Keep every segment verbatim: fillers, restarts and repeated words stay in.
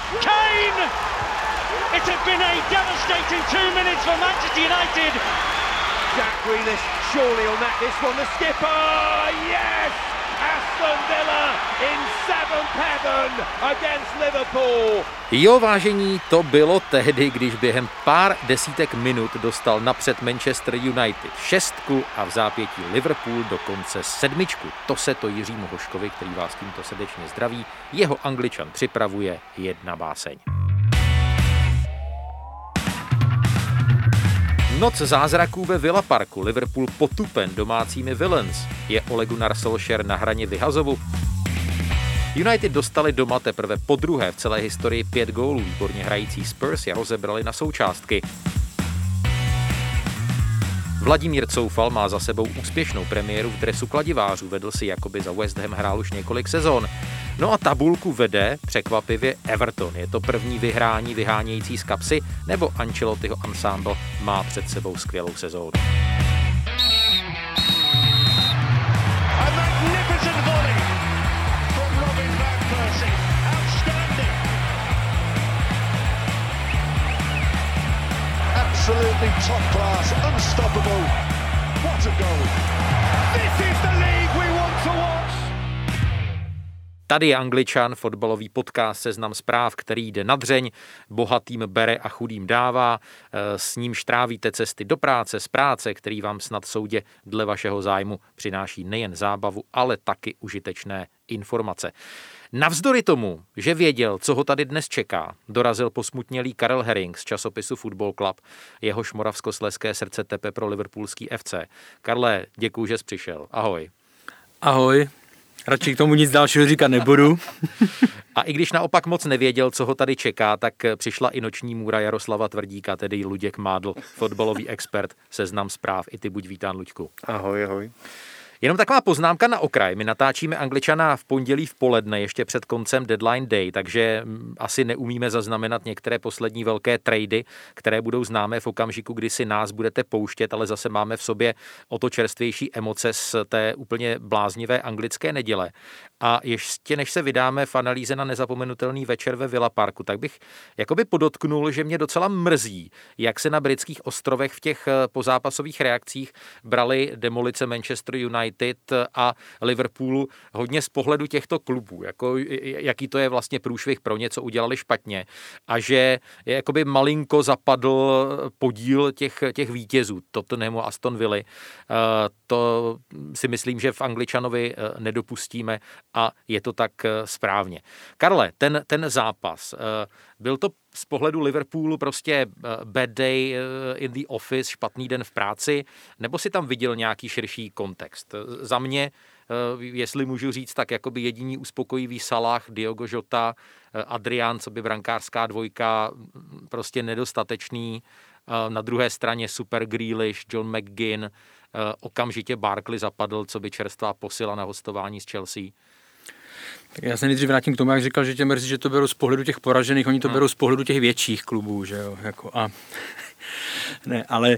Kane! It had been a devastating two minutes for Manchester United. Jack Grealish surely will net this one. The skipper, yes! Aston Villa in seventh heaven against Liverpool. Jo, vážení, to bylo tehdy, když během pár desítek minut dostal napřed Manchester United šestku a v zápětí Liverpool dokonce sedmičku. To se to Jiřímu Hoškovi, který vás tímto srdečně zdraví, jeho Angličan připravuje jedna báseň. Noc zázraků ve Villa Parku, Liverpool potupen domácími Villains. Je Ole Gunnar Solskjaer na hraně vyhazovu? United dostali doma teprve podruhé v celé historii pět gólů, výborně hrající Spurs je rozebrali na součástky. Vladimír Coufal má za sebou úspěšnou premiéru v dresu kladivářů, vedl si, jakoby za West Ham hrál už několik sezon. No a tabulku vede překvapivě Everton. Je to první vyhrání vyhánějící z kapsy, nebo Ancelottiho ensemble má před sebou skvělou sezónu? Absolutely top class, unstoppable. What a goal. This is the league we want to watch. Tady je Angličan, fotbalový podcast Seznam zpráv, který jde na dřeň, bohatým bere a chudým dává, s nímž trávíte cesty do práce, z práce, který vám snad soudě dle vašeho zájmu přináší nejen zábavu, ale taky užitečné informace. Navzdory tomu, že věděl, co ho tady dnes čeká, dorazil posmutnělý Karel Herring z časopisu Football Club, jehož moravskoslezské srdce tepe pro liverpoolský F C. Karle, děkuju, že jsi přišel. Ahoj. Ahoj. Radši k tomu nic dalšího říkat nebudu. A i když naopak moc nevěděl, co ho tady čeká, tak přišla i noční můra Jaroslava Tvrdíka, tedy Luděk Mádl, fotbalový expert, Seznam zpráv. I ty buď vítán, Luďku. Ahoj, ahoj. Jenom taková poznámka na okraj. My natáčíme Angličana v pondělí v poledne, ještě před koncem deadline day, takže asi neumíme zaznamenat některé poslední velké trady, které budou známé v okamžiku, kdy si nás budete pouštět, ale zase máme v sobě o to čerstvější emoce z té úplně bláznivé anglické neděle. A ještě než se vydáme v analýze na nezapomenutelný večer ve Villa Parku, tak bych jakoby podotknul, že mě docela mrzí, jak se na britských ostrovech v těch pozápasových reakcích brali demolice Manchester United a Liverpoolu hodně z pohledu těchto klubů, jako jaký to je vlastně průšvih pro ně, co udělali špatně a že je jakoby malinko zapadl podíl těch, těch vítězů, Tottenhamu a Aston Villy. To si myslím, že v Angličanovi nedopustíme a je to tak správně. Karle, ten, ten zápas, byl to z pohledu Liverpoolu prostě bad day in the office, špatný den v práci, nebo si tam viděl nějaký širší kontext? Za mě, jestli můžu říct, tak jakoby jediný uspokojivý Salah, Diogo Jota, Adrian, co by brankářská dvojka, prostě nedostatečný. Na druhé straně super Grealish, John McGinn, okamžitě Barkley zapadl, co by čerstvá posila na hostování z Chelsea. Tak já se nejdřív vrátím k tomu, jak říkal, že tě mrzí, že to berou z pohledu těch poražených, oni to hmm. berou z pohledu těch větších klubů, že jo, jako a ne, ale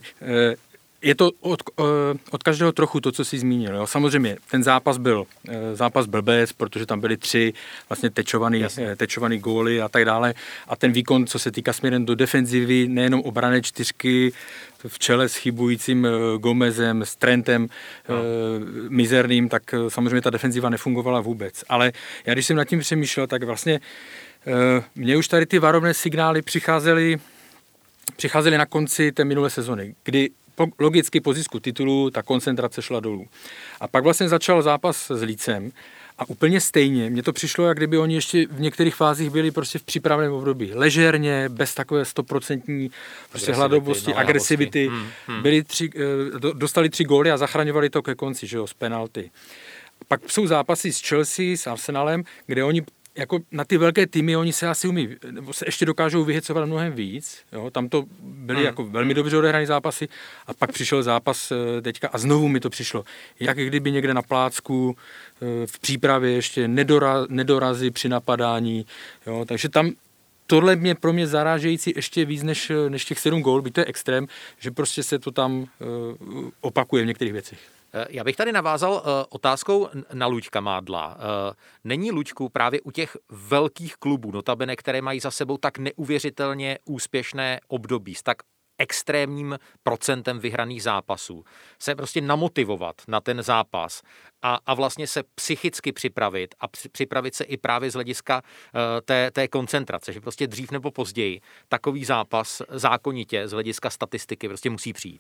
je to od, od každého trochu to, co jsi zmínil, jo. Samozřejmě ten zápas byl zápas blbec, protože tam byly tři vlastně tečovaný, tečovaný góly a tak dále a ten výkon, co se týká směrem do defenzivy, nejenom obrané čtyřky v čele s chybujícím Gomezem, s Trentem no. e, mizerným, tak samozřejmě ta defenziva nefungovala vůbec. Ale já když jsem nad tím přemýšlel, tak vlastně e, mně už tady ty varovné signály přicházely, přicházely na konci té minulé sezony, kdy po, logicky po zisku titulu ta koncentrace šla dolů. A pak vlastně začal zápas s Leedsem a úplně stejně, mně to přišlo, jak kdyby oni ještě v některých fázích byli prostě v přípravném období. Ležérně, bez takové stoprocentní prostě hladovosti, no, agresivity. Hmm, hmm. Byli tři, dostali tři góly a zachraňovali to ke konci, že jo, z penalty. Pak jsou zápasy s Chelsea, s Arsenalem, kde oni jako na ty velké týmy oni se asi umí, nebo se ještě dokážou vyhecovat mnohem víc. Jo? Tam to byly hmm. jako velmi dobře odehrané zápasy a pak přišel zápas teďka a znovu mi to přišlo. Jak kdyby někde na plácku v přípravě ještě nedora, nedorazí při napadání. Jo? Takže tam tohle mě pro mě zarážející ještě víc než, než těch sedm gól, byť to je extrém, že prostě se to tam uh, opakuje v některých věcech. Já bych tady navázal otázkou na Luďka Mádla. Není, Luďku, právě u těch velkých klubů, notabene, které mají za sebou tak neuvěřitelně úspěšné období, s tak extrémním procentem vyhraných zápasů, se prostě namotivovat na ten zápas a, a vlastně se psychicky připravit a při, připravit se i právě z hlediska uh, té, té koncentrace, že prostě dřív nebo později takový zápas zákonitě z hlediska statistiky prostě musí přijít.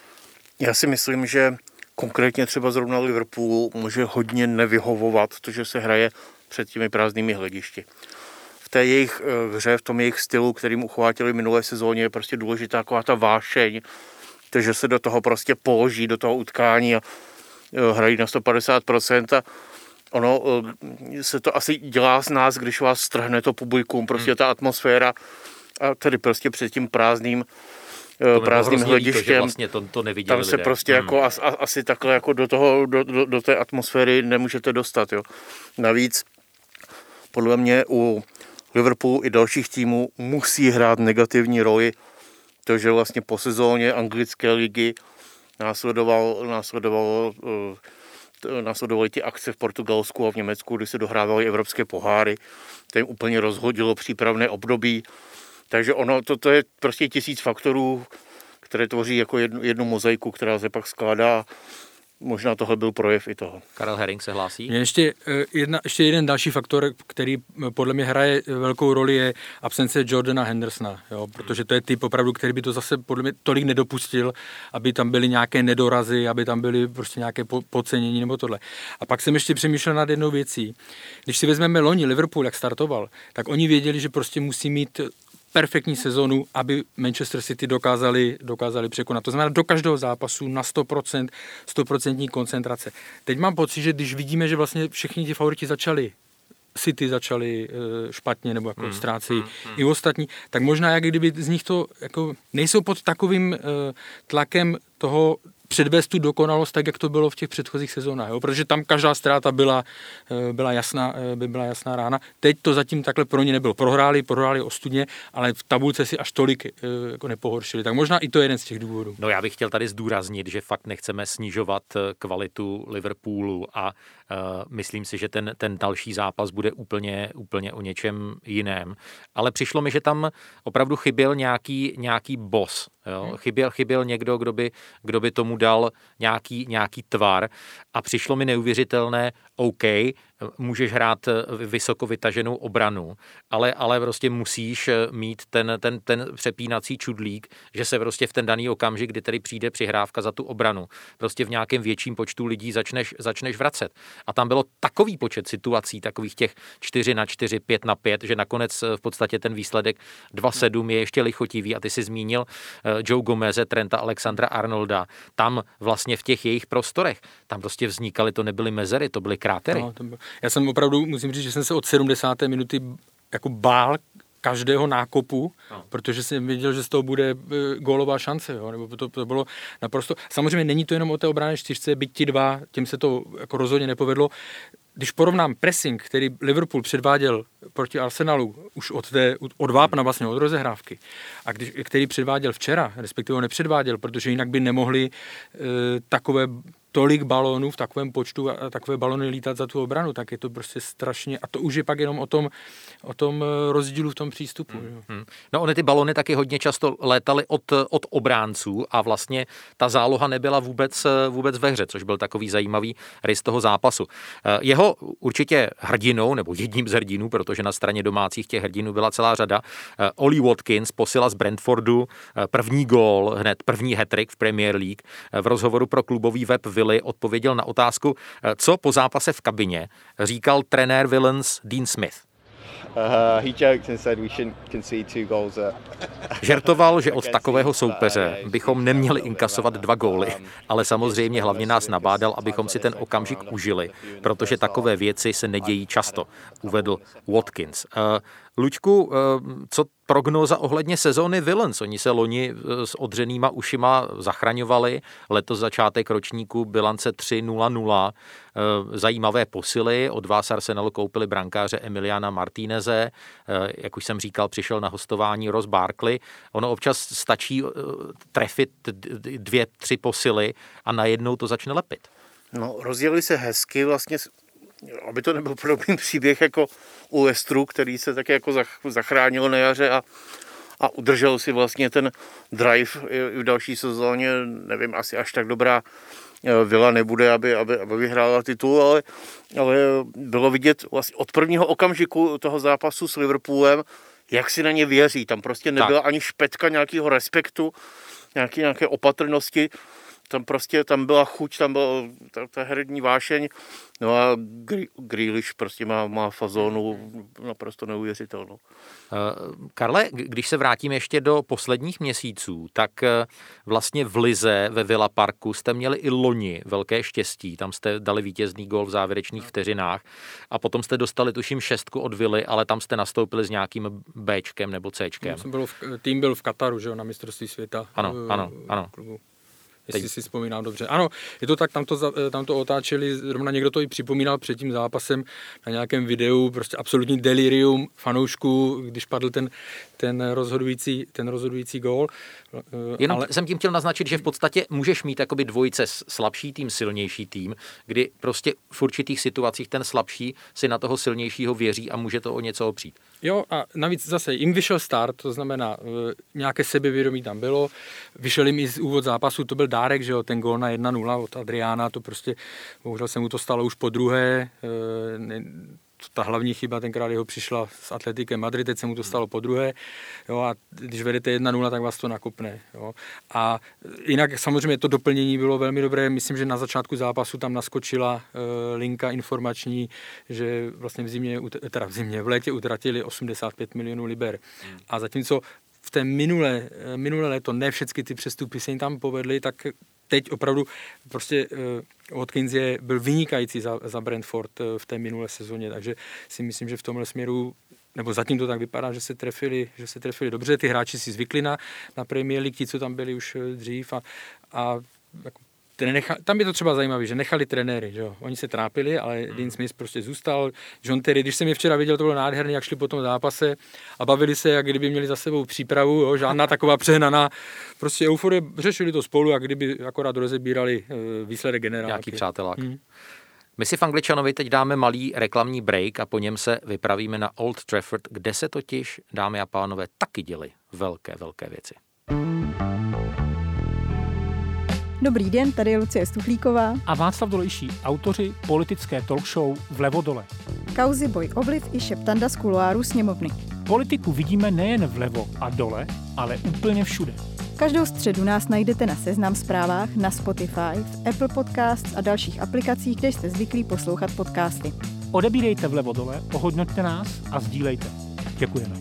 Já si myslím, že konkrétně třeba zrovna Liverpoolu může hodně nevyhovovat to, že se hraje před těmi prázdnými hledišti. V té jejich hře, v tom jejich stylu, kterým uchvátili minulé sezóně, je prostě důležitá taková ta vášeň, takže se do toho prostě položí, do toho utkání a hrají na sto padesát procent a ono se to asi dělá z nás, když vás strhne to publikum, prostě ta atmosféra a tedy prostě před tím prázdným prázdným hledištěm, vlastně to, to tam se lidé. prostě hmm. jako as, as, asi takhle jako do toho, do, do, do té atmosféry nemůžete dostat, jo. Navíc podle mě u Liverpoolu i dalších týmů musí hrát negativní roli to, že vlastně po sezóně anglické ligy následoval, následoval, uh, následovaly ty akce v Portugalsku a v Německu, kdy se dohrávaly evropské poháry, to jim úplně rozhodilo přípravné období. Takže ono, to, to je prostě tisíc faktorů, které tvoří jako jednu, jednu mozaiku, která se pak skládá. Možná tohle byl projev i toho. Karel Herring se hlásí. Ještě, jedna, ještě jeden další faktor, který podle mě hraje velkou roli, je absence Jordana Hendersona, jo, protože to je typ opravdu, který by to zase podle mě tolik nedopustil, aby tam byly nějaké nedorazy, aby tam byly prostě nějaké podcenění nebo tohle. A pak jsem ještě přemýšlel nad jednou věcí. Když si vezmeme loni Liverpool, jak startoval, tak oni věděli, že prostě musí mít perfektní sezonu, aby Manchester City dokázali, dokázali překonat. To znamená do každého zápasu na sto procent, sto procent koncentrace. Teď mám pocit, že když vidíme, že vlastně všichni ti favoriti začali, City začali e, špatně nebo jako hmm, ztrácejí hmm, hmm. i ostatní, tak možná jak kdyby z nich to jako nejsou pod takovým e, tlakem toho předvést tu dokonalost, tak jak to bylo v těch předchozích sezónách, jo? Protože tam každá ztráta byla, byla, jasná, by byla jasná rána. Teď to zatím takhle pro ně nebylo. Prohráli, prohráli ostudně, ale v tabulce si až tolik jako nepohoršili. Tak možná i to je jeden z těch důvodů. No já bych chtěl tady zdůraznit, že fakt nechceme snižovat kvalitu Liverpoolu a uh, myslím si, že ten, ten další zápas bude úplně, úplně o něčem jiném. Ale přišlo mi, že tam opravdu chyběl nějaký, nějaký boss. Jo? Hmm. Chyběl, chyběl někdo, kdo by, kdo by tomu dal nějaký, nějaký tvar a přišlo mi neuvěřitelné, OK, můžeš hrát vysoko vytaženou obranu, ale, ale prostě musíš mít ten, ten, ten přepínací čudlík, že se prostě v ten daný okamžik, kdy tedy přijde přihrávka za tu obranu, prostě v nějakém větším počtu lidí začneš, začneš vracet. A tam bylo takový počet situací, takových těch čtyři na čtyři, pět na pět, že nakonec v podstatě ten výsledek dva sedm je ještě lichotivý a ty si zmínil Joe Gomeze, Trenta Alexandra Arnolda. Tam vlastně v těch jejich prostorech, tam prostě vznikaly, to nebyly mezery, to byly krátery. No, to bylo... Já jsem opravdu, musím říct, že jsem se od sedmdesáté minuty jako bál každého nákopu, no. Protože jsem věděl, že z toho bude gólová šance, jo? Nebo to, to bylo naprosto... Samozřejmě není to jenom o té obranné čtyřce, byť ti dva, těm se to jako rozhodně nepovedlo. Když porovnám pressing, který Liverpool předváděl proti Arsenalu už od, té, od vápna, vlastně od rozehrávky, a když, který předváděl včera, respektive ho nepředváděl, protože jinak by nemohli e, takové tolik balónů v takovém počtu a takové balony lítat za tu obranu, tak je to prostě strašně, a to už je pak jenom o tom, o tom rozdílu v tom přístupu. Hmm, hmm. No ony ty balony taky hodně často létaly od, od obránců a vlastně ta záloha nebyla vůbec, vůbec ve hře, což byl takový zajímavý rys toho zápasu. Jeho určitě hrdinou, nebo jedním z hrdinů, protože na straně domácích těch hrdinů byla celá řada, Ollie Watkins, posila z Brentfordu, první gól, hned první hat-trick v Premier League, v rozhovoru pro klubový web Vily odpověděl na otázku, co po zápase v kabině říkal trenér Villains Dean Smith. Uh, he joked and said we shouldn't concede two goals. Žertoval, že od takového soupeře bychom neměli inkasovat dva góly, ale samozřejmě hlavně nás nabádal, abychom si ten okamžik užili, protože takové věci se nedějí často, uvedl Watkins. Uh, Luďku, uh, co prognóza ohledně sezóny Villains? Oni se loni s odřenýma ušima zachraňovali, letos začátek ročníku bilance tři nula nula, zajímavé posily, od vás Arsenalu koupili brankáře Emiliana Martíneze, jak už jsem říkal, přišel na hostování Ross Barkley. Ono občas stačí trefit dvě, tři posily a najednou to začne lepit. No, rozdělili se hezky, vlastně, aby to nebyl podobný příběh jako u Leicesteru, který se taky jako zachránil na jaře a, a udržel si vlastně ten drive i v další sezóně. Nevím, asi až tak dobrá Villa nebude, aby, aby, aby vyhrála titul, ale, ale bylo vidět vlastně od prvního okamžiku toho zápasu s Liverpoolem, jak si na ně věří. Tam prostě nebyla tak ani špetka nějakého respektu, nějaké, nějaké opatrnosti. Tam prostě, tam byla chuť, tam byla ta, ta herní vášeň. No a Grealish prostě má, má fazónu naprosto neuvěřitelnou. Karle, když se vrátím ještě do posledních měsíců, tak vlastně v lize ve Villa Parku jste měli i loni velké štěstí. Tam jste dali vítězný gól v závěrečných vteřinách a potom jste dostali tuším šestku od Villy, ale tam jste nastoupili s nějakým Bčkem nebo Cčkem. Byl v, tým byl v Kataru, že jo, na mistrovství světa. Ano, ano, ano. Klubu. Jestli si vzpomínám dobře. Ano, je to tak, tam to, tam to otáčeli, zrovna někdo to i připomínal před tím zápasem na nějakém videu, prostě absolutní delirium fanoušků, když padl ten, ten rozhodující, ten rozhodující gól. Jenom ale... jsem tím chtěl naznačit, že v podstatě můžeš mít jakoby dvojice slabší tým, silnější tým, kdy prostě v určitých situacích ten slabší si na toho silnějšího věří a může to o něco opřít. Jo, a navíc zase jim vyšel start, to znamená, nějaké sebevědomí tam bylo, vyšel jim i z úvod zápasu, to byl dárek, že jo, ten gól na jedna nula od Adriána, to prostě, bohužel se mu to stalo už po druhé, ta hlavní chyba tenkrát jeho přišla s Atletikem Madrid, teď se mu to stalo po druhé, jo, a když vedete jedna nula, tak vás to nakopne, jo. A jinak samozřejmě to doplnění bylo velmi dobré, myslím, že na začátku zápasu tam naskočila uh, linka informační, že vlastně v zimě, teda v zimě, v létě utratili osmdesát pět milionů liber. Hmm. A zatímco v té minulé, minulé léto ne všechny ty přestupy se jim tam povedly, tak teď opravdu prostě uh, Watkins je, byl vynikající za, za Brentford uh, v té minulé sezóně, takže si myslím, že v tomhle směru, nebo zatím to tak vypadá, že se trefili, že se trefili dobře, ty hráči si zvykli na, na Premier League, ti, co tam byli už dřív a, a jako, Necha, tam je to třeba zajímavé, že nechali trenéry, že jo. Oni se trápili, ale Dean Smith prostě zůstal. John Terry, když jsem je včera viděl, to bylo nádherný, jak šli po tom zápase a bavili se, jak kdyby měli za sebou přípravu, jo, žádná taková přehnaná. Prostě euforie, řešili to spolu, jak kdyby akorát rozebírali výsledek generálky. Nějaký přátelák. Hmm. My si v Angličanovi teď dáme malý reklamní break a po něm se vypravíme na Old Trafford, kde se totiž, dámy a pánové, taky děly velké, velké věci. Dobrý den, tady je Lucie Stuchlíková a Václav Dolejší, autoři politické talk show Vlevo dole. Kauzy, boj, ovliv i šeptanda z kuloáru sněmovny. Politiku vidíme nejen vlevo a dole, ale úplně všude. Každou středu nás najdete na Seznam Zprávách, na Spotify, v Apple Podcasts a dalších aplikacích, kde jste zvyklí poslouchat podcasty. Odebírejte Vlevo dole, ohodnoťte nás a sdílejte. Děkujeme.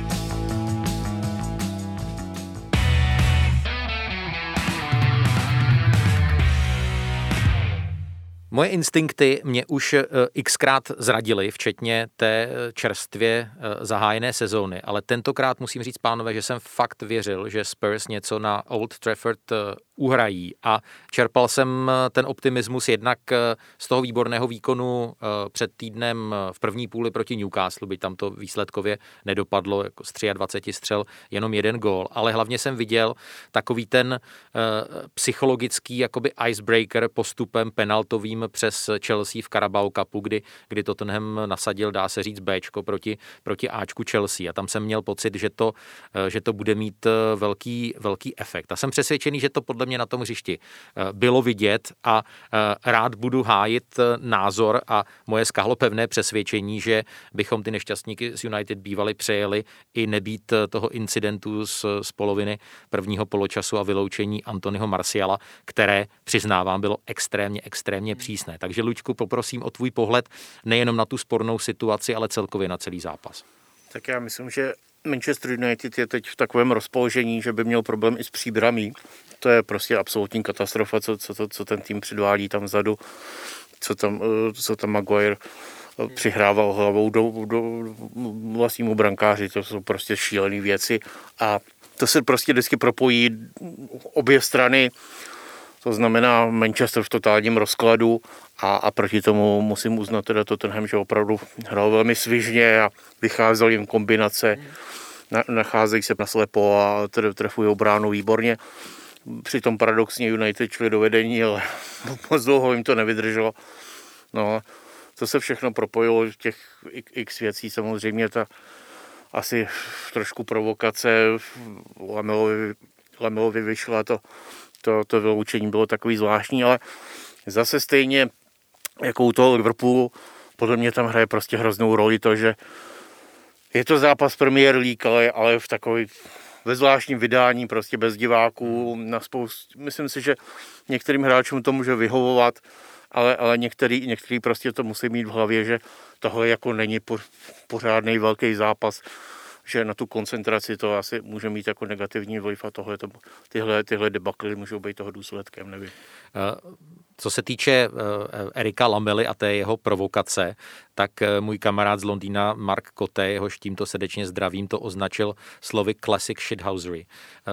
Moje instinkty mě už xkrát zradily, včetně té čerstvě zahájené sezóny, ale tentokrát musím říct, pánové, že jsem fakt věřil, že Spurs něco na Old Trafford uhrají a čerpal jsem ten optimismus jednak z toho výborného výkonu před týdnem v první půli proti Newcastle, byť tam to výsledkově nedopadlo, jako z dvacet tři střel jenom jeden gól, ale hlavně jsem viděl takový ten psychologický jakoby icebreaker postupem penaltovým přes Chelsea v Carabao Cupu, kdy, kdy Tottenham nasadil, dá se říct, Bčko proti, proti Ačku Chelsea a tam jsem měl pocit, že to, že to bude mít velký, velký efekt. A jsem přesvědčený, že to podle mě na tom hřišti bylo vidět a rád budu hájit názor a moje skálopevné přesvědčení, že bychom ty nešťastníky z United bývali přejeli i nebýt toho incidentu z, z poloviny prvního poločasu a vyloučení Anthonyho Martiala, které, přiznávám, bylo extrémně, extrémně přísné. Takže, Luďku, poprosím o tvůj pohled nejenom na tu spornou situaci, ale celkově na celý zápas. Tak já myslím, že Manchester United je teď v takovém rozpoložení, že by měl problém i s příbramí. To je prostě absolutní katastrofa, co, co, co ten tým předvádí tam vzadu, co tam, co tam Maguire přihrával hlavou do, do vlastnímu brankáři. To jsou prostě šílené věci a to se prostě vždycky propojí obě strany. To znamená Manchester v totálním rozkladu a, a proti tomu musím uznat teda Tottenham, že opravdu hrál velmi svižně a vycházel jim kombinace, na, nacházejí se naslepo a trefují bránu výborně. Přitom paradoxně United šli do vedení, ale moc dlouho jim to nevydrželo. No, to se všechno propojilo, těch x věcí, samozřejmě ta asi trošku provokace, Lamelovi, Lamelovi vyšla, to, to, to vyloučení bylo takový zvláštní, ale zase stejně jako u toho Liverpoolu, podle mě tam hraje prostě hroznou roli to, že je to zápas Premier League, ale, ale v takový ve zvláštním vydání, prostě bez diváků, na spoustu, myslím si, že některým hráčům to může vyhovovat, ale, ale některý, některý prostě to musí mít v hlavě, že tohle jako není po, pořádný velký zápas, že na tu koncentraci to asi může mít jako negativní vliv a tohle, to, tyhle, tyhle debakly můžou být toho důsledkem, nevím. Co se týče Erika Lamely a té jeho provokace, tak můj kamarád z Londýna Mark Cote, jehož tímto srdečně zdravím, to označil slovy classic shithousery,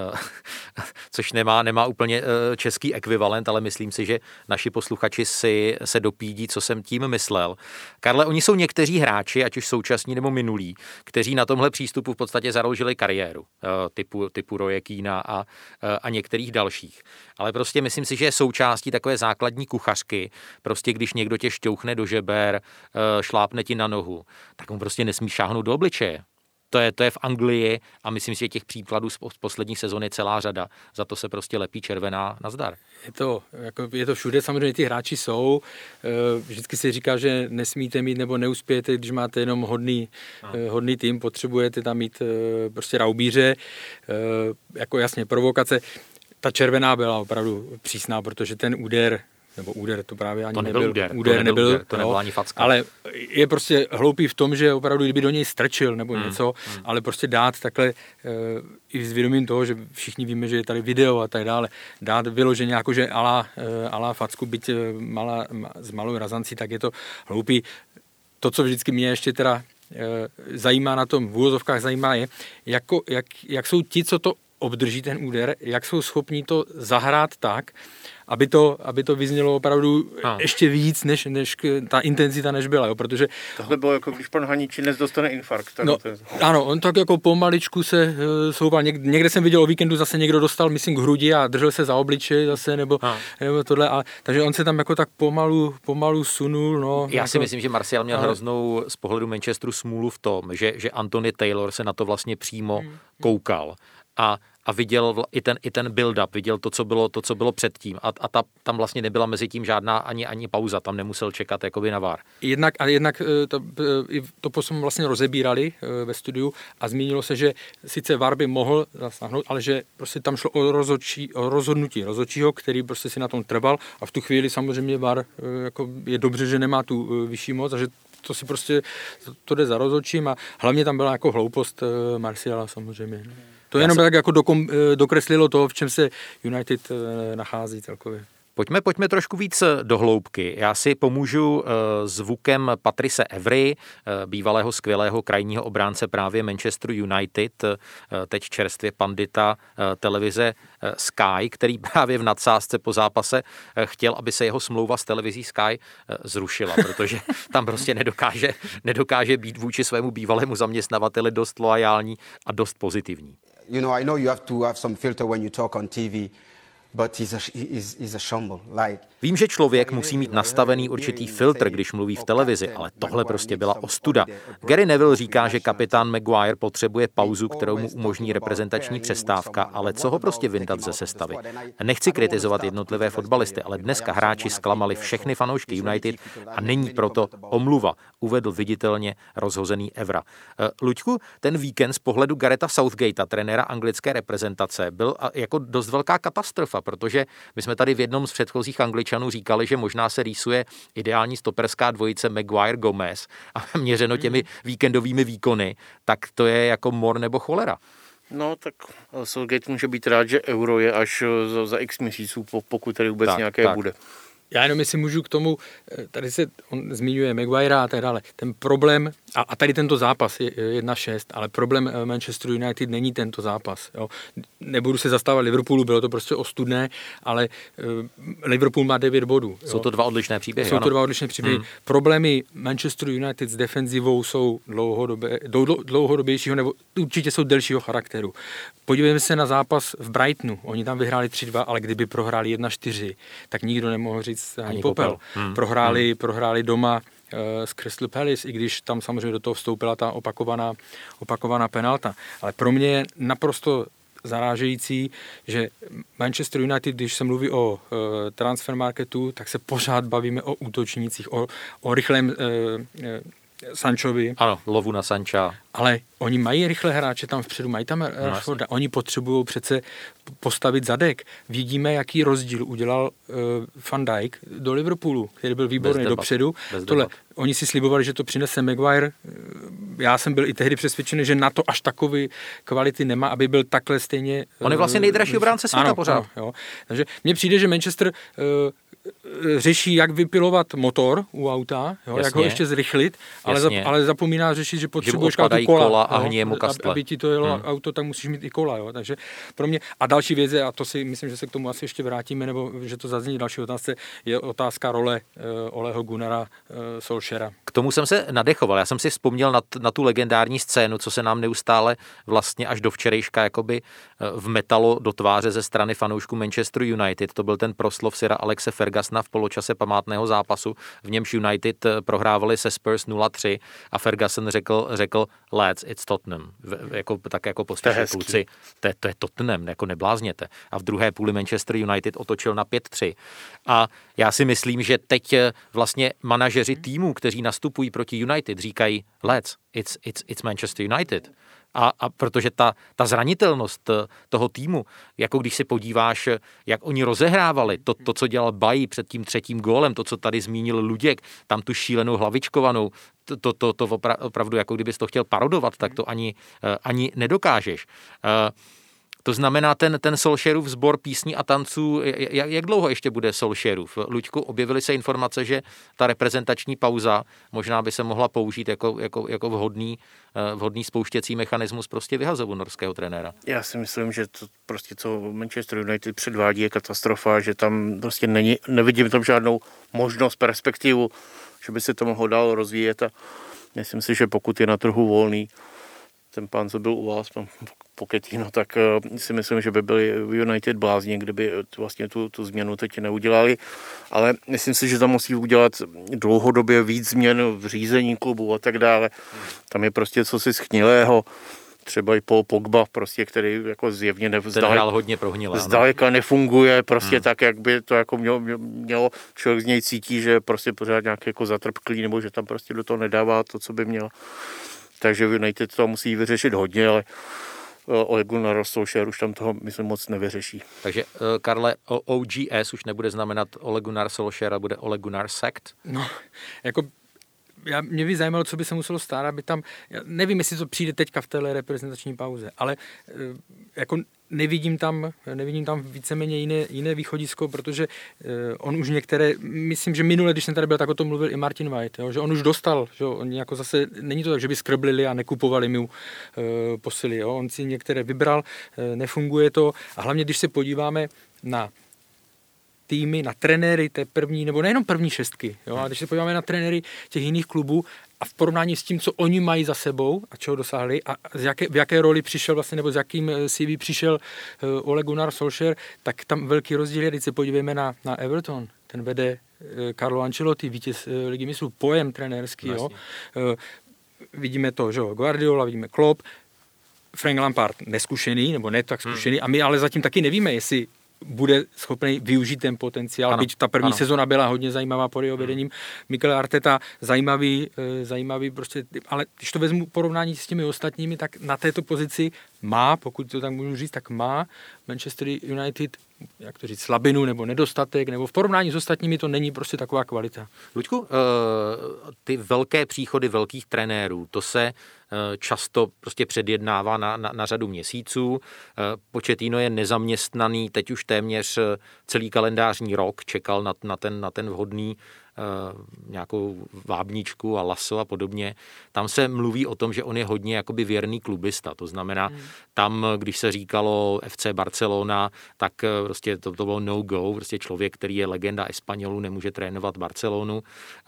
což nemá, nemá úplně český ekvivalent, ale myslím si, že naši posluchači si se dopídí, co jsem tím myslel. Karle, oni jsou někteří hráči, ať už současní nebo minulí, kteří na tomhle přístupu v podstatě založili kariéru, typu, typu Roye Keana a, a některých dalších. Ale prostě myslím si, že je součástí takové základní kuchařky, prostě když někdo tě šťouchne do žeber, šlápne ti na nohu, tak mu prostě nesmí šáhnout do obličeje. To je, to je v Anglii a myslím si, že těch příkladů z poslední sezony je celá řada. Za to se prostě lepí červená nazdar. Je to, jako, je to všude, samozřejmě ty hráči jsou. Vždycky se říká, že nesmíte mít nebo neuspějete, když máte jenom hodný, hodný tým, potřebujete tam mít prostě raubíře. Jako jasně, provokace. Ta červená byla opravdu přísná, protože ten úder nebo úder, to právě ani to nebyl, nebyl úder, úder, to nebyl, nebyl úder, to nebyla ani facka. Ale je prostě hloupý v tom, že opravdu, kdyby do něj strčil nebo hmm. něco, hmm. ale prostě dát takhle e, i s vědomím toho, že všichni víme, že je tady video a tak dále, dát vyloženě jakože ala, e, ala facku, byť malá, s malou razancí, tak je to hloupý. To, co vždycky mě ještě teda e, zajímá na tom, v úvozovkách zajímá je, jako, jak, jak jsou ti, co to obdrží ten úder, jak jsou schopní to zahrát tak, aby to, aby to vyznělo opravdu no. ještě víc, než, než ta intenzita, než byla, jo, protože... Tohle bylo jako když pan Haničinec dostane infarkt. No, ano, on tak jako pomaličku se uh, soupal. Něk, někde jsem viděl o víkendu, zase někdo dostal, myslím, k hrudi a držel se za obličej zase, nebo, no. nebo tohle, a, takže on se tam jako tak pomalu, pomalu sunul, no. Já jako, si myslím, že Martial měl ale... hroznou z pohledu Manchesteru smůlu v tom, že, že Anthony Taylor se na to vlastně přímo hmm. koukal a a viděl i ten, i ten build-up, viděl to, co bylo, to, co bylo předtím. A, a ta, tam vlastně nebyla mezi tím žádná ani, ani pauza, tam nemusel čekat jakoby na V A R. Jednak, a jednak to, to potom vlastně rozebírali ve studiu a zmínilo se, že sice V A R by mohl zasáhnout, ale že prostě tam šlo o, rozhodčí, o rozhodnutí rozhodčího, který prostě si na tom trval a v tu chvíli samozřejmě V A R jako je dobře, že nemá tu vyšší moc a že to si prostě, to jde za rozhodčím a hlavně tam byla jako hloupost Martiala samozřejmě. To jenom jsem... tak jako dokom, dokreslilo to, v čem se United nachází celkově. Pojďme, pojďme trošku víc do hloubky. Já si pomůžu zvukem Patrice Evry, bývalého skvělého krajního obránce právě Manchesteru United, teď čerstvě pandita televize Sky, který právě v nadsázce po zápase chtěl, aby se jeho smlouva s televizí Sky zrušila, protože tam prostě nedokáže, nedokáže být vůči svému bývalému zaměstnavateli dost loajální a dost pozitivní. You know, I know you have to have some filter when you talk on T V. But he's a, he's, he's a shamble. Like... Vím, že člověk musí mít nastavený určitý filtr, když mluví v televizi, ale tohle prostě byla ostuda. Gary Neville říká, že kapitán Maguire potřebuje pauzu, kterou mu umožní reprezentační přestávka, ale co ho prostě vyndat ze sestavy. Nechci kritizovat jednotlivé fotbalisty, ale dneska hráči zklamali všechny fanoušky United a není proto omluva, uvedl viditelně rozhozený Evra. Luďku, ten víkend z pohledu Gareta Southgatea, trenéra anglické reprezentace, byl jako dost velká katastrofa, protože my jsme tady v jednom z předchozích Angličanů říkali, že možná se rýsuje ideální stoperská dvojice Maguire-Gomez a měřeno těmi víkendovými výkony, tak to je jako mor nebo cholera. No, tak Southgate může být rád, že euro je až za, za x měsíců, pokud tady vůbec tak, nějaké tak. bude. Já jenom jestli můžu k tomu, tady se on zmiňuje Maguirea a tak dále. Ten problém, a, a tady tento zápas je jedna šest, ale problém Manchester United není tento zápas. Jo. Nebudu se zastávat Liverpoolu, bylo to prostě ostudné, ale Liverpool má devět bodů. Jsou jo. to dva odlišné příběhy. Jsou ano. to dva odlišné příběhy. Hmm. Problémy Manchester United s defenzivou jsou dlouhodobě, dlouhodobějšího, nebo určitě jsou delšího charakteru. Podívejme se na zápas v Brightonu. Oni tam vyhráli tři dva, ale kdyby prohráli jedna čtyři, tak nikdo nemohl říct ani, ani popel. popel. Hmm. Prohráli, hmm. prohráli doma uh, s Crystal Palace, i když tam samozřejmě do toho vstoupila ta opakovaná, opakovaná penalta. Ale pro mě je naprosto zarážející, že Manchester United, když se mluví o uh, transfer marketu, tak se pořád bavíme o útočnících, o, o rychlém uh, uh, Sanchovi. Ano, lovu na Sancha. Ale oni mají rychlé hráče tam vpředu, mají tam Rashforda. No, oni potřebují přece postavit zadek. Vidíme, jaký rozdíl udělal uh, Van Dijk do Liverpoolu, který byl výborný dopředu. Tohle, oni si slibovali, že to přinese Maguire. Já jsem byl i tehdy přesvědčený, že na to až takový kvality nemá, aby byl takhle stejně... On je vlastně nejdražší obránce světa ano, pořád. Ano, jo. Takže mně přijde, že Manchester uh, řeší, jak vypilovat motor u auta, jo, jak ho ještě zrychlit, ale, za, ale zapomíná řešit, že potřebuješ kola, kola a hníje mu kastle. Aby ti to jelo hmm. auto, tak musíš mít i kola. Jo. Takže pro mě, a další věc je, a to si myslím, že se k tomu asi ještě vrátíme, nebo že to zazní další otázce, je otázka role uh, Oleho Gunnara uh, Solskjaera. K tomu jsem se nadechoval. Já jsem si vzpomněl na, t- na tu legendární scénu, co se nám neustále vlastně až do včerejška jakoby vmetalo do tváře ze strany fanoušků Manchester United. To byl ten proslov Sira Alexe Fergusona v poločase památného zápasu, v němž United prohrávali se Spurs nula tři a Ferguson řekl, řekl lads, it's Tottenham. V, jako, tak jako pospíšili kluci, to, to je Tottenham, jako neblázněte. A v druhé půli Manchester United otočil na pět tři. A já si myslím, že teď vlastně manažeři týmů, kteří nastupují proti United, říkají lads, it's, it's, it's Manchester United. A, a protože ta, ta zranitelnost toho týmu, jako když si podíváš, jak oni rozehrávali, to, to co dělal Bailly před tím třetím gólem, to, co tady zmínil Luděk, tam tu šílenou hlavičkovanou, to, to, to, to opravdu, jako kdybys to chtěl parodovat, tak to ani, ani nedokážeš. To znamená, ten, ten Solskjaerův sbor písní a tanců, jak, jak dlouho ještě bude Solskjaerův? Luďku, objevily se informace, že ta reprezentační pauza možná by se mohla použít jako, jako, jako vhodný, vhodný spouštěcí mechanismus prostě vyhazovu norského trenéra. Já si myslím, že to prostě, co Manchester United předvádí, je katastrofa, že tam prostě není, nevidím tam žádnou možnost, perspektivu, že by se to mohlo dál rozvíjet a myslím si, že pokud je na trhu volný, ten pán, co byl u vás, pan Pochettino, tak uh, si myslím, že by byli United blázni, kdyby vlastně tu, tu změnu teď neudělali. Ale myslím si, že tam musí udělat dlouhodobě víc změn v řízení klubu a tak dále. Tam je prostě cosi schnilého, třeba i Paul Pogba, prostě, který jako zjevně nevzdaleka, hodně prohnilé, zdaleka nefunguje, prostě hmm. tak, jak by to jako mělo, mělo, člověk z něj cítí, že prostě pořád nějak jako zatrpklý, nebo že tam prostě do toho nedává to, co by měl. Takže United to musí vyřešit hodně, ale Ole Gunnar Solskjaer už tam toho, myslím, moc nevyřeší. Takže, Karle, O G S už nebude znamenat Ole Gunnar Solskjaer, a bude Ole Gunnar Sacked? No, jako já, mě by zajímalo, co by se muselo stát, aby tam, já nevím, jestli to přijde teďka v téhle reprezentační pauze, ale jako nevidím tam, nevidím tam víceméně jiné, jiné východisko, protože on už některé, myslím, že minule, když jsem tady byl, tak o tom mluvil i Martin White, jo, že on už dostal, že on jako zase, není to tak, že by skrblili a nekupovali mu uh, posily, jo, on si některé vybral, uh, nefunguje to a hlavně, když se podíváme na týmy, na trenéry té první, nebo nejenom první šestky, jo, a když se podíváme na trenéry těch jiných klubů a v porovnání s tím, co oni mají za sebou a čeho dosáhli a z jaké, v jaké roli přišel vlastně, nebo s jakým C V přišel uh, Ole Gunnar Solskjaer, tak tam velký rozdíl je, když se podívejme na, na Everton, ten vede uh, Carlo Ancelotti, vítěz uh, ligy mistrů, pojem trenérský, jo. Uh, vidíme to, že jo, Guardiola, vidíme Klopp, Frank Lampard neskušený, nebo ne tak zkušený, hmm. a my ale zatím taky nevíme, jestli bude schopný využít ten potenciál. Ano, byť ta první ano. sezona byla hodně zajímavá pod jeho vedením. Mikel Arteta zajímavý, zajímavý prostě, ale když to vezmu porovnání s těmi ostatními, tak na této pozici má, pokud to tak můžu říct, tak má Manchester United, jak to říct, slabinu nebo nedostatek, nebo v porovnání s ostatními to není prostě taková kvalita. Luďku, ty velké příchody velkých trenérů, to se často prostě předjednává na, na, na řadu měsíců. Pochettino je nezaměstnaný, teď už téměř celý kalendářní rok čekal na, na, ten, na ten vhodný nějakou vábničku a laso a podobně. Tam se mluví o tom, že on je hodně jakoby věrný klubista. To znamená, hmm. tam, když se říkalo F C Barcelona, tak prostě to, to bylo no go. Prostě člověk, který je legenda Espanolů, nemůže trénovat Barcelonu.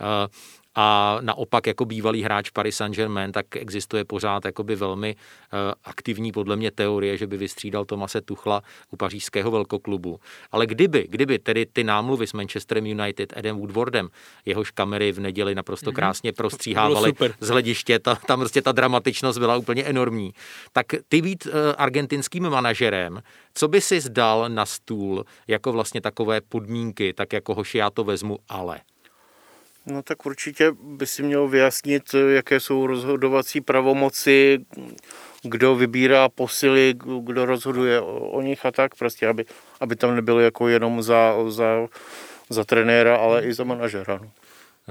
A naopak jako bývalý hráč Paris Saint-Germain, tak existuje pořád jakoby velmi uh, aktivní podle mě teorie, že by vystřídal Thomase Tuchla u pařížského velkoklubu. Ale kdyby, kdyby tedy ty námluvy s Manchesterem United, Adam Woodwardem, jehož kamery v neděli naprosto krásně prostříhávaly z hlediště, ta, tam prostě ta dramatičnost byla úplně enormní. Tak ty být uh, argentinským manažerem, co by si zdal na stůl jako vlastně takové podmínky, tak jako hoši, já to vezmu, ale... No tak určitě by si měl vyjasnit, jaké jsou rozhodovací pravomoci, kdo vybírá posily, kdo rozhoduje o, o nich a tak, prostě, aby, aby tam nebylo jako jenom za, za, za trenéra, ale i za manažera. No.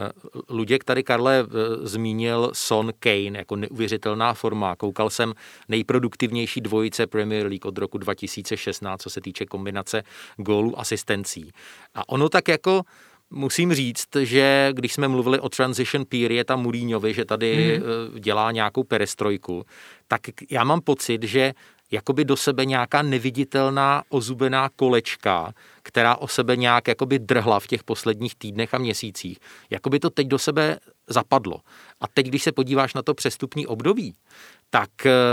Luděk tady, Karle, zmínil Son Kane jako neuvěřitelná forma. Koukal jsem nejproduktivnější dvojice Premier League od roku dva tisíce šestnáct, co se týče kombinace gólů, asistencí. A ono tak jako musím říct, že když jsme mluvili o transition period a Mourinhovi, že tady mm. dělá nějakou perestrojku, tak já mám pocit, že jakoby do sebe nějaká neviditelná ozubená kolečka, která o sebe nějak jakoby drhla v těch posledních týdnech a měsících, jakoby to teď do sebe zapadlo. A teď, když se podíváš na to přestupní období, tak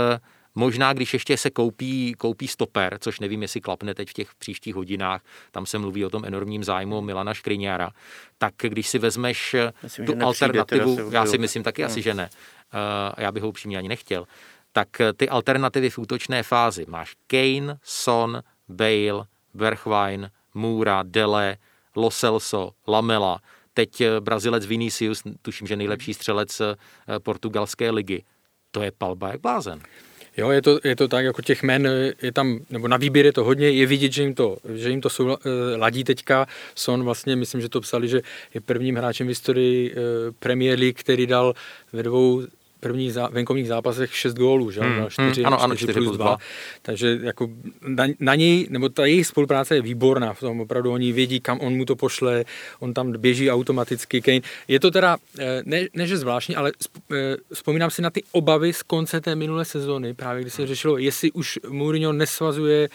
možná, když ještě se koupí, koupí stoper, což nevím, jestli klapne teď v těch příštích hodinách, tam se mluví o tom enormním zájmu Milana Škriniara, tak když si vezmeš myslím, tu alternativu, já si myslím taky no. asi, že ne, uh, já bych ho upřímně ani nechtěl, tak ty alternativy v útočné fázi máš Kane, Son, Bale, Bergwijn, Moura, Dele, Lo Celso, Lamela, teď Brazilec Vinicius, tuším, že nejlepší střelec portugalské ligy. To je palba jak blázen. Jo, je to, je to tak, jako těch jmen je tam, nebo na výběr je to hodně, je vidět, že jim to, že jim to sou, uh, ladí teďka. Son vlastně, myslím, že to psali, že je prvním hráčem v historii uh, Premier League, který dal ve dvou prvních zá, venkovních zápasech šest gólů, že? Hmm, čtyři, hmm, ano, ano, čtyři plus dva. Takže jako na, na něj, nebo ta jejich spolupráce je výborná, v tom opravdu oni vědí, kam on mu to pošle, on tam běží automaticky. Kane. Je to teda, ne, ne že zvláštní, ale vzpomínám si na ty obavy z konce té minulé sezóny, právě když se řešilo, jestli už Mourinho nesvazuje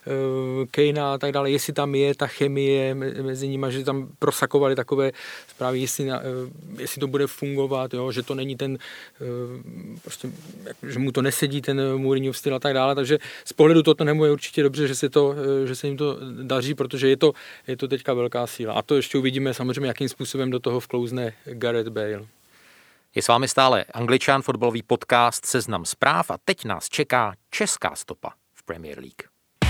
uh, Kanea a tak dále, jestli tam je ta chemie mezi nimi, že tam prosakovali takové zprávy, jestli, na, uh, jestli to bude fungovat, jo, že to není ten prostě, že mu to nesedí ten Mourinhov styl a tak dále, takže z pohledu Tottenhamu je určitě dobře, že se, to, že se jim to daří, protože je to, je to teďka velká síla. A to ještě uvidíme samozřejmě, jakým způsobem do toho vklouzne Gareth Bale. Je s vámi stále Angličan, fotbalový podcast Seznam zpráv a teď nás čeká česká stopa v Premier League.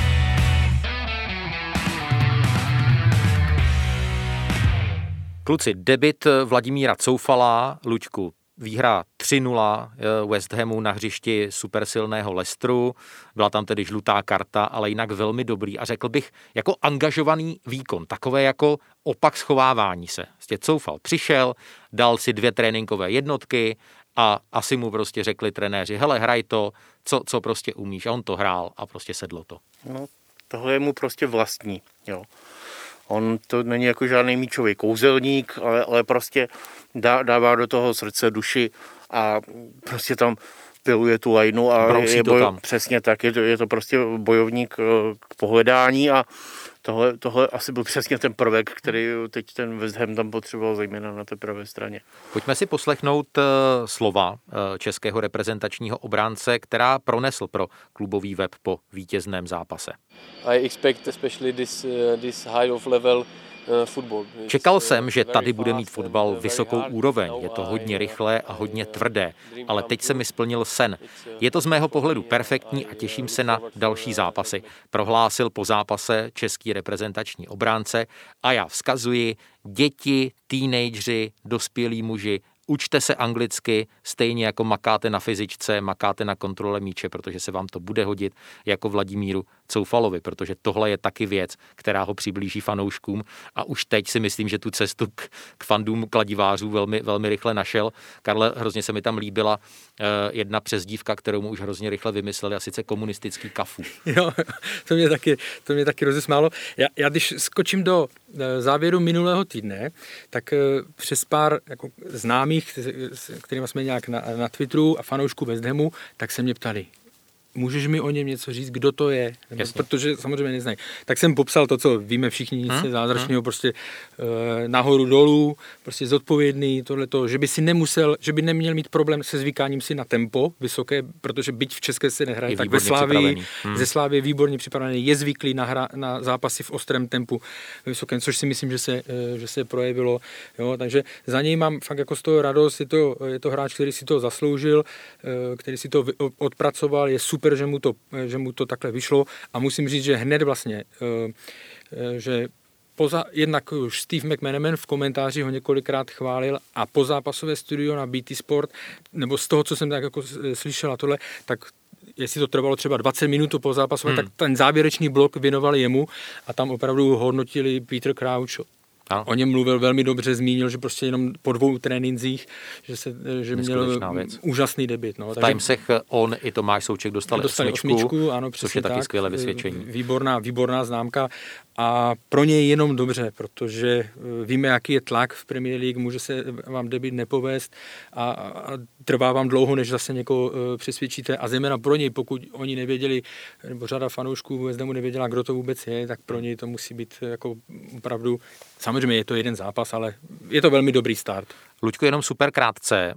Kluci, debut Vladimíra Coufala, Luďku, výhra tři nula West Hamu na hřišti supersilného Leicesteru. Byla tam tedy žlutá karta, ale jinak velmi dobrý a řekl bych jako angažovaný výkon. Takové jako opak schovávání se. Vlastně Coufal přišel, dal si dvě tréninkové jednotky a asi mu prostě řekli trenéři, hele, hraj to, co, co prostě umíš. A on to hrál a prostě sedlo to. No, tohle je mu prostě vlastní, jo. On to není jako žádný míčový kouzelník, ale, ale prostě dá, dává do toho srdce, duši a prostě tam piluje tu lajnu a je boj, přesně tak, je to, je to prostě bojovník k pohledání a tohle, tohle asi byl přesně ten prvek, který teď ten West Ham tam potřeboval, zejména na té pravé straně. Pojďme si poslechnout uh, slova uh, českého reprezentačního obránce, která pronesl pro klubový web po vítězném zápase. I expect especially this, uh, this high of level Čekal jsem, že tady bude mít fotbal vysokou úroveň. Je to hodně rychlé a hodně tvrdé, ale teď se mi splnil sen. Je to z mého pohledu perfektní a těším se na další zápasy, prohlásil po zápase český reprezentační obránce a já vzkazuji děti, teenageři, dospělí muži, učte se anglicky, stejně jako makáte na fyzičce, makáte na kontrole míče, protože se vám to bude hodit jako Vladimíru Coufalovi, protože tohle je taky věc, která ho přiblíží fanouškům a už teď si myslím, že tu cestu k, k fandům kladivářů velmi, velmi rychle našel. Karle, hrozně se mi tam líbila uh, jedna přezdívka, kterou mu už hrozně rychle vymysleli, a sice komunistický kafu. Jo, to mě taky, to mě taky rozesmálo. Já, já když skočím do závěru minulého týdne, tak přes pár jako známých, s kterými jsme nějak na, na Twitteru a fanoušků West Hamu, tak se mě ptali, můžeš mi o něm něco říct, kdo to je? Protože samozřejmě neznají. Tak jsem popsal to, co víme všichni, nic hmm? zázračného, hmm? prostě e, nahoru dolů, prostě zodpovědný, tohleto, že by si nemusel, že by neměl mít problém se zvykáním si na tempo vysoké, protože byť v České se nehraje, tak ve Slávii, hmm. ze Slávy je výborně připravený, je zvyklý na, hra, na zápasy v ostrém tempu vysokém, což si myslím, že se, e, že se projevilo. Jo? Takže za něj mám fakt jako z toho radost, je to, je to hráč, který si to zasloužil, e, který si to odpracoval, je super, Super, že mu, to, že mu to takhle vyšlo a musím říct, že hned vlastně, že poza, jednak už Steve McManaman v komentáři ho několikrát chválil a pozápasové studio na B T Sport, nebo z toho, co jsem tak jako slyšel a tohle, tak jestli to trvalo třeba dvacet minut po zápasové, hmm. tak ten závěrečný blok věnovali jemu a tam opravdu hodnotili Peter Crouch. Ano. O něm mluvil velmi dobře, zmínil, že prostě jenom po dvou trénincích, že, se, že měl věc. úžasný debut. No. V Timesech on i Tomáš Souček dostali, dostali osmičku, osmičku ano, což je taky tak, skvělé vysvědčení. Výborná, výborná známka a pro něj jenom dobře, protože víme, jaký je tlak v Premier League, může se vám debut nepovést a, a trvá vám dlouho, než zase někoho přesvědčíte a zejména pro něj, pokud oni nevěděli, nebo řada fanoušků West Hamu nevěděla, kdo to vůbec je, tak pro něj to musí být jako opravdu. Samozřejmě je to jeden zápas, ale je to velmi dobrý start. Luďku, jenom super krátce.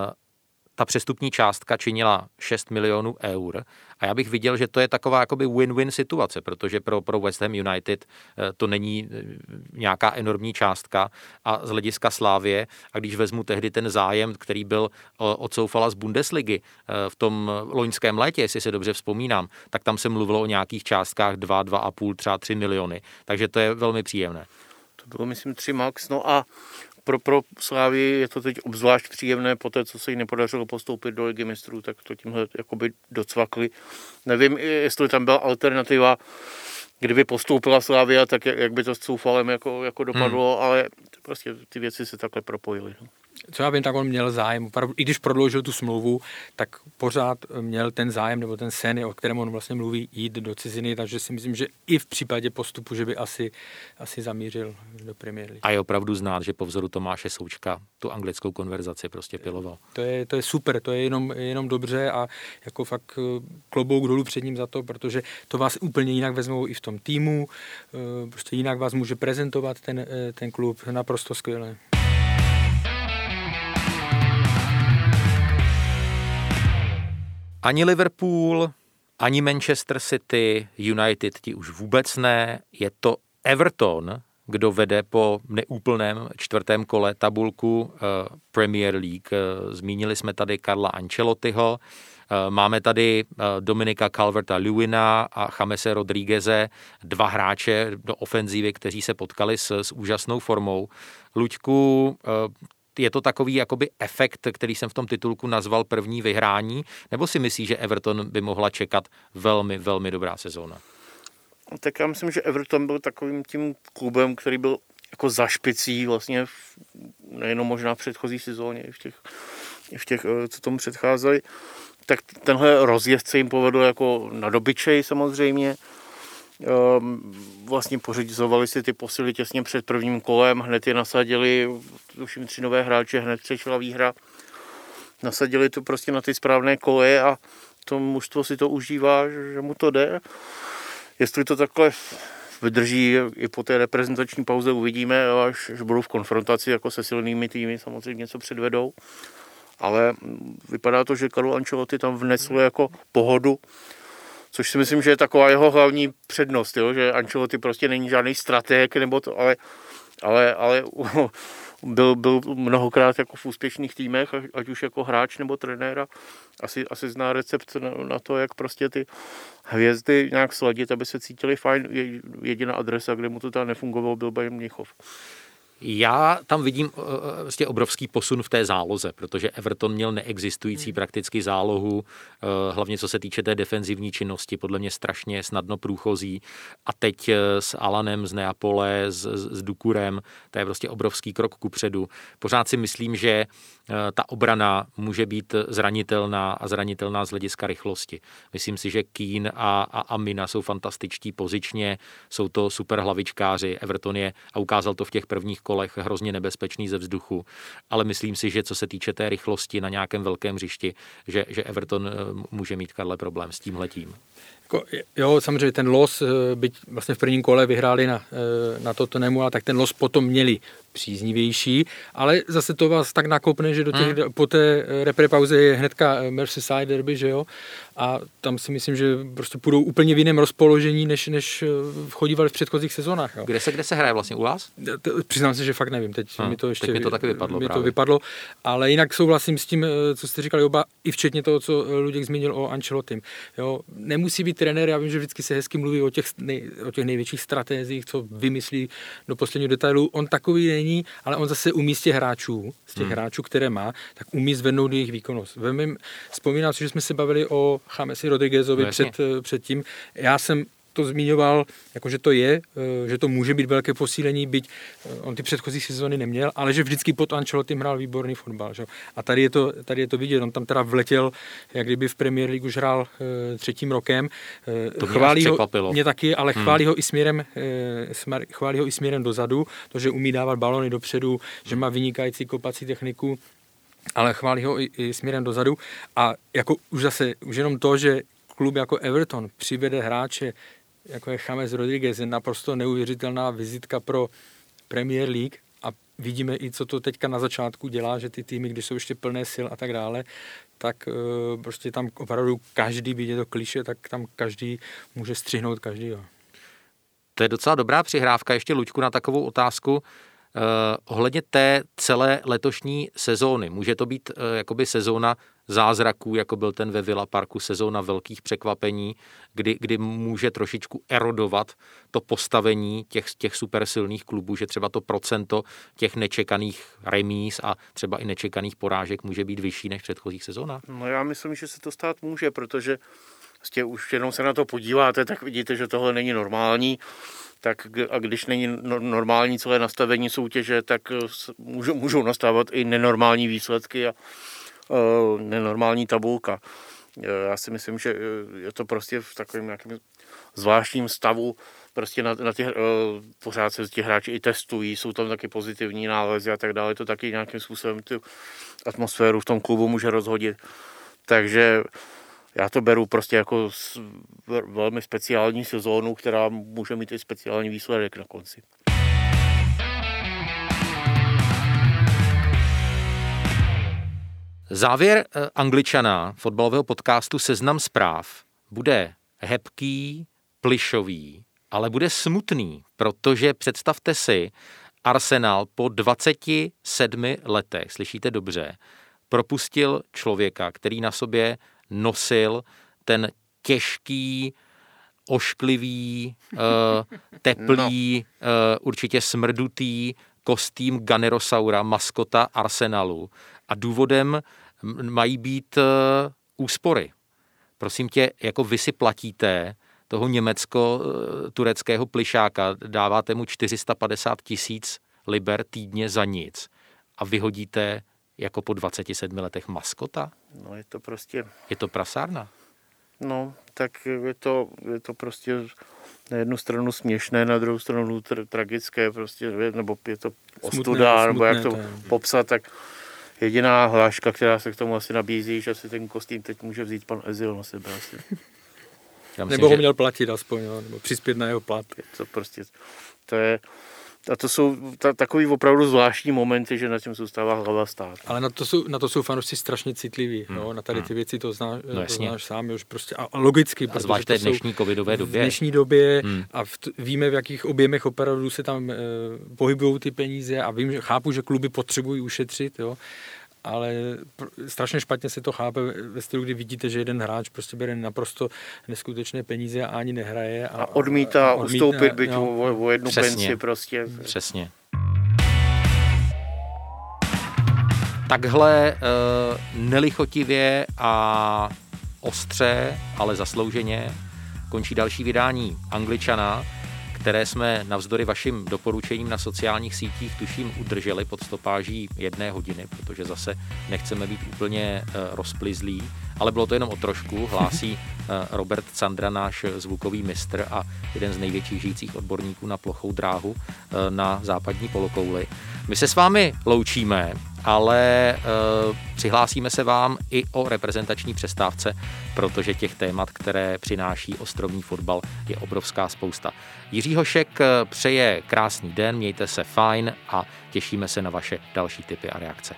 Ta přestupní částka činila šest milionů eur a já bych viděl, že to je taková jakoby win-win situace, protože pro, pro West Ham United to není nějaká enormní částka a z hlediska Slávie, a když vezmu tehdy ten zájem, který byl od Coufala z Bundesligy v tom loňském létě, jestli se dobře vzpomínám, tak tam se mluvilo o nějakých částkách dva, dva a půl, třeba tři miliony, takže to je velmi příjemné. To bylo, myslím, tři max, no a pro, pro Slávii je to teď obzvlášť příjemné po té, co se jí nepodařilo postoupit do Ligy mistrů, tak to tímhle jakoby docvakli. Nevím, jestli tam byla alternativa, kdyby postoupila Slavia, tak jak by to s Coufalem jako, jako dopadlo, hmm. ale prostě ty věci se takhle propojily. No. Co já vím, tak on měl zájem, opravdu, i když prodloužil tu smlouvu, tak pořád měl ten zájem, nebo ten sen, o kterém on vlastně mluví, jít do ciziny, takže si myslím, že i v případě postupu, že by asi, asi zamířil do Premier League. A je opravdu znát, že po vzoru Tomáše Součka tu anglickou konverzaci prostě piloval. To je, to je super, to je jenom, jenom dobře a jako fakt klobouk dolů před ním za to, protože to vás úplně jinak vezmou i v tom týmu, prostě jinak vás může prezentovat ten, ten klub, naprosto skvěle. Ani Liverpool, ani Manchester City, United ti už vůbec ne. Je to Everton, kdo vede po neúplném čtvrtém kole tabulku Premier League. Zmínili jsme tady Carla Ancelottiho, máme tady Dominika Calverta-Lewina a Chamese Rodrígueze, dva hráče do ofenzívy, kteří se potkali s, s úžasnou formou. Luďku, je to takový jakoby efekt, který jsem v tom titulku nazval první vyhrání, nebo si myslíš, že Everton by mohla čekat velmi, velmi dobrá sezóna? Tak já myslím, že Everton byl takovým tím klubem, který byl jako za špicí vlastně v, nejenom možná v předchozí sezóně, i v těch, i v těch, co tomu předcházeli. Tak tenhle rozjezd se jim povedl jako na dobyčej samozřejmě. Vlastně pořizovali si ty posily těsně před prvním kolem, hned je nasadili, tuším tři nové hráče, hned přešla výhra. Nasadili to prostě na ty správné koleje a to mužstvo si to užívá, že mu to jde. Jestli to takhle vydrží i po té reprezentační pauze, uvidíme, až, až budou v konfrontaci jako se silnými týmy, samozřejmě něco předvedou. Ale vypadá to, že Carlo Ancelotti tam vnesl jako pohodu, což si myslím, že je taková jeho hlavní přednost, jo? Že Ancelotti prostě není žádný stratég, nebo to, ale, ale, ale byl, byl mnohokrát jako v úspěšných týmech, ať už jako hráč nebo trenéra. Asi, asi zná recept na, na to, jak prostě ty hvězdy nějak sladit, aby se cítili fajn. Jediná adresa, kde mu to tam nefungovalo, byl Bayern Mnichov. Já tam vidím vlastně obrovský posun v té záloze, protože Everton měl neexistující prakticky zálohu, hlavně co se týče té defenzivní činnosti, podle mě strašně snadno průchozí. A teď s Alanem z Neapole, s, s Dukurem, to je prostě obrovský krok kupředu. Pořád si myslím, že ta obrana může být zranitelná a zranitelná z hlediska rychlosti. Myslím si, že Keane a, a, a Mina jsou fantastičtí pozičně, jsou to super hlavičkáři. Everton je, a ukázal to v těch prvních kolech, hrozně nebezpečný ze vzduchu, ale myslím si, že co se týče té rychlosti na nějakém velkém hřišti, že, že Everton může mít, Karle, problém s tímhletím. Jo, samozřejmě ten los, byť vlastně v prvním kole vyhráli na, na Tottenhamu, a tak ten los potom měli příznivější, ale zase to vás tak nakopne, že do těch, hmm. po té repre pauze je hnedka Merseyside derby, že jo, a tam si myslím, že prostě půjdou úplně v jiném rozpoložení, než, než chodívali v předchozích sezónách. Jo. Kde se, kde se hraje vlastně u vás? Přiznám se, že fakt nevím, teď hmm. mi to ještě teď mi to taky vypadlo, mi to vypadlo, ale jinak souhlasím s tím, co jste říkali oba, i včetně toho, co Luděk zmínil o Ancelottim. Jo, nemusí být trenér, já vím, že vždycky se hezky mluví o těch, nej, o těch největších strategiích, co vymyslí do posledního detailu. On takový není, ale on zase umí z těch hráčů, z těch hmm. hráčů, které má, tak umí zvednout jejich výkonnost. Vemím, vzpomínám si, že jsme se bavili o Chamesi Rodriguezovi no, před, před tím. Já jsem to zmiňoval, jako že to je, že to může být velké posílení, byť on ty předchozí sezóny neměl, ale že vždycky pod Ancelottim hrál výborný fotbal. Že? A tady je, to, tady je to vidět, on tam teda vletěl, jak kdyby v Premier League už hrál e, třetím rokem. E, to chválí mě ho, mě taky, ale hmm. chválí ho i směrem, e, smer, chválí ho i směrem dozadu, to, že umí dávat balony dopředu, že má vynikající kopací techniku, ale chválí ho i, i směrem dozadu. A jako už zase, už jenom to, že klub jako Everton přivede hráče jako je James Rodriguez, je naprosto neuvěřitelná vizitka pro Premier League a vidíme i, co to teďka na začátku dělá, že ty týmy, když jsou ještě plné sil a tak dále, tak uh, prostě tam opravdu každý, byť je to klišé, tak tam každý může střihnout každýho. To je docela dobrá přihrávka. Ještě, Luďku, na takovou otázku. Uh, ohledně té celé letošní sezóny. Může to být uh, jakoby sezóna zázraků, jako byl ten ve Villa Parku, sezóna velkých překvapení, kdy, kdy může trošičku erodovat to postavení těch, těch supersilných klubů, že třeba to procento těch nečekaných remíz a třeba i nečekaných porážek může být vyšší než v předchozích sezónách? No já myslím, že se to stát může, protože vlastně už jenom se na to podíváte, tak vidíte, že tohle není normální. Tak a když není normální celé nastavení soutěže, tak můžou, můžou nastávat i nenormální výsledky a uh, nenormální tabulka. Já si myslím, že je to prostě v takovém nějakém zvláštním stavu, prostě na, na těch, uh, pořád se ti hráči i testují, jsou tam taky pozitivní nálezy a tak dále, to taky nějakým způsobem tu atmosféru v tom klubu může rozhodit. Takže já to beru prostě jako velmi speciální sezónu, která může mít i speciální výsledek na konci. Závěr Angličana, fotbalového podcastu Seznam zpráv, bude hebký, plyšový, ale bude smutný, protože představte si, Arsenal po dvaceti sedmi letech, slyšíte dobře, propustil člověka, který na sobě nosil ten těžký, ošklivý, uh, teplý, no. uh, určitě smrdutý kostým Gunnerosaura, maskota Arsenalu. A důvodem mají být uh, úspory. Prosím tě, jako vy si platíte toho německo-tureckého plišáka, dáváte mu čtyři sta padesát tisíc liber týdně za nic a vyhodíte jako po dvaceti sedmi letech maskota? No je to prostě... Je to prasárna? No, tak je to, je to prostě na jednu stranu směšné, na druhou stranu tra- tragické, prostě, nebo je to ostuda, smutné, nebo jak to je. popsat, tak jediná hláška, která se k tomu asi nabízí, že si ten kostým teď může vzít pan Ezil na sebe asi. Myslím, nebo ho že... měl platit aspoň, jo, nebo přispět na jeho plat. Je to prostě, to je... A to jsou ta, takový opravdu zvláštní momenty, že na tím zůstává hlava stát. Ale na to jsou, na to jsou fanoušci strašně citliví. Hmm. No, na tady ty věci to, zná, no, to znáš sám. Už prostě, a logicky. A zvlášť v dnešní covidové době. V dnešní době hmm. a v, víme, v jakých objemech opravdu se tam e, pohybují ty peníze a vím, že chápu, že kluby potřebují ušetřit, jo. Ale strašně špatně se to chápe ve stylu, kdy vidíte, že jeden hráč prostě bere naprosto neskutečné peníze a ani nehraje. A, a odmítá, odmítá ustoupit byť no, o, o jednu přesně, penci prostě. Přesně. takhle uh, nelichotivě a ostře, ale zaslouženě končí další vydání Angličana, které jsme navzdory vašim doporučením na sociálních sítích tuším udrželi pod stopáží jedné hodiny, protože zase nechceme být úplně uh, rozplizlí, ale bylo to jenom o trošku, hlásí uh, Robert Candra, náš zvukový mistr a jeden z největších žijících odborníků na plochou dráhu uh, na západní polokouli. My se s vámi loučíme, ale uh, přihlásíme se vám i o reprezentační přestávce, protože těch témat, které přináší ostrovní fotbal, je obrovská spousta. Jiří Hošek přeje krásný den, mějte se fajn a těšíme se na vaše další tipy a reakce.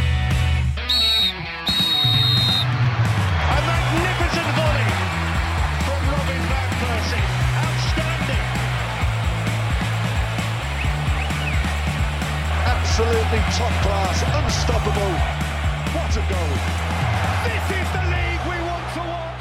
Absolutely top class, unstoppable. What a goal. This is the league we want to watch.